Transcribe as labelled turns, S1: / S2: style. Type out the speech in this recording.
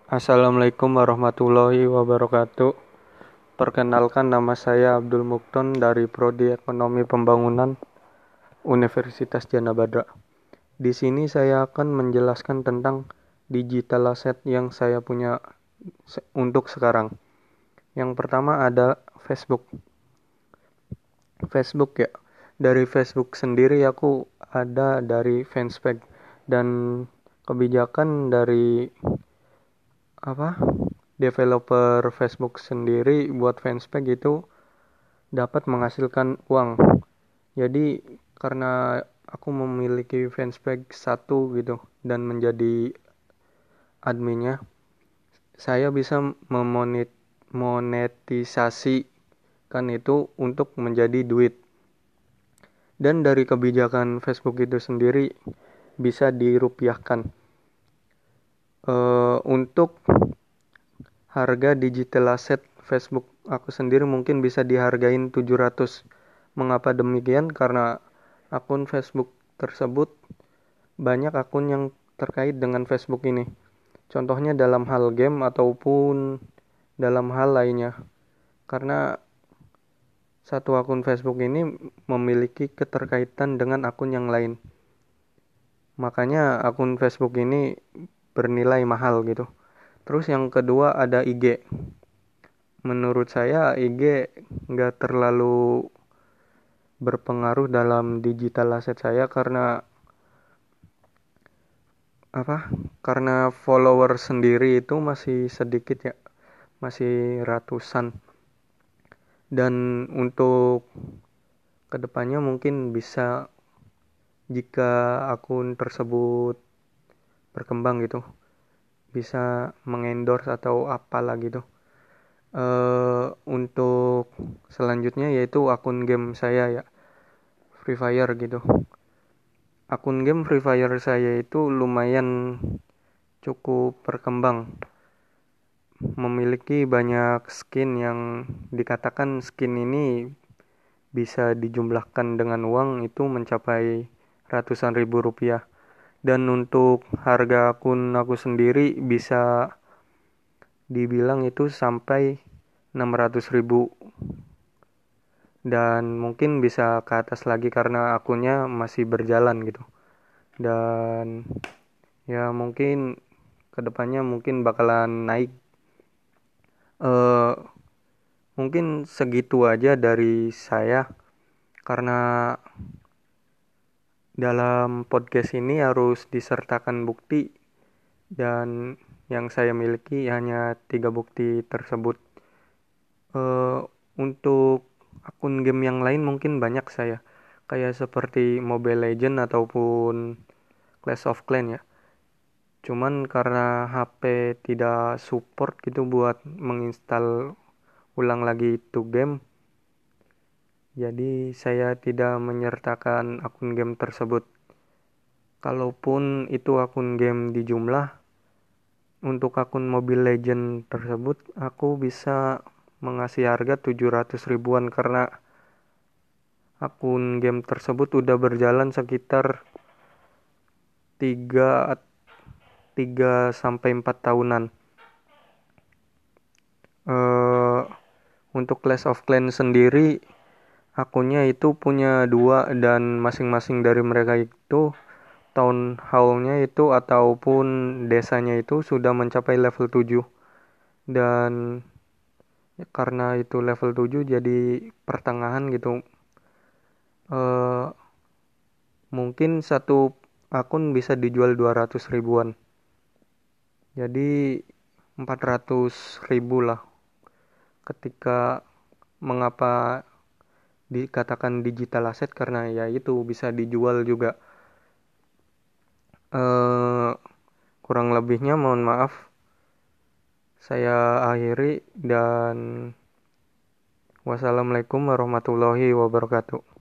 S1: Assalamualaikum warahmatullahi wabarakatuh. Perkenalkan, nama saya Abdul Mukton dari Prodi Ekonomi Pembangunan Universitas Jana Badra. Di sini saya akan menjelaskan tentang digital asset yang saya punya untuk sekarang. Yang pertama ada Facebook. Facebook ya. Dari Facebook sendiri aku ada dari fanspage dan kebijakan dari developer Facebook sendiri buat fanspage itu dapat menghasilkan uang. Jadi karena aku memiliki fanspage satu gitu dan menjadi adminnya, saya bisa memonetisasikan itu untuk menjadi duit. Dan dari kebijakan Facebook itu sendiri bisa dirupiahkan. Untuk harga digital asset Facebook aku sendiri mungkin bisa dihargain 700. Mengapa demikian? Karena akun Facebook tersebut banyak akun yang terkait dengan Facebook ini. Contohnya dalam hal game ataupun dalam hal lainnya. Karena satu akun Facebook ini memiliki keterkaitan dengan akun yang lain. Makanya akun Facebook ini bernilai mahal gitu. Terus yang kedua ada IG. Menurut saya IG nggak terlalu berpengaruh dalam digital asset saya karena Karena follower sendiri itu masih sedikit ya, masih ratusan. Dan untuk kedepannya mungkin bisa jika akun tersebut berkembang gitu, bisa mengendorse atau apalah gitu. Untuk selanjutnya yaitu akun game saya ya, Free Fire gitu. Akun game Free Fire saya itu lumayan cukup berkembang, memiliki banyak skin yang dikatakan skin ini bisa dijumlahkan dengan uang itu mencapai ratusan ribu rupiah. Dan untuk harga akun aku sendiri bisa dibilang itu sampai 600 ribu dan mungkin bisa ke atas lagi karena akunnya masih berjalan gitu. Dan ya mungkin kedepannya mungkin bakalan naik. Mungkin segitu aja dari saya karena dalam podcast ini harus disertakan bukti dan yang saya miliki hanya 3 bukti tersebut. Untuk akun game yang lain mungkin banyak saya, kayak seperti Mobile Legend ataupun Clash of Clans ya. Cuman karena HP tidak support gitu buat menginstal ulang lagi itu game, jadi saya tidak menyertakan akun game tersebut. Kalaupun itu akun game di jumlah, untuk akun Mobile Legend tersebut aku bisa mengasih harga 700 ribuan karena akun game tersebut udah berjalan sekitar 3 sampai 4 tahunan. Untuk Clash of Clans sendiri akunnya itu punya 2 dan masing-masing dari mereka itu town hall-nya itu ataupun desanya itu sudah mencapai level 7. Dan karena itu level 7 jadi pertengahan gitu. Mungkin satu akun bisa dijual 200 ribuan. Jadi 400 ribu lah. Ketika mengapa dikatakan digital asset karena ya itu bisa dijual juga. Kurang lebihnya mohon maaf. Saya akhiri dan wassalamualaikum warahmatullahi wabarakatuh.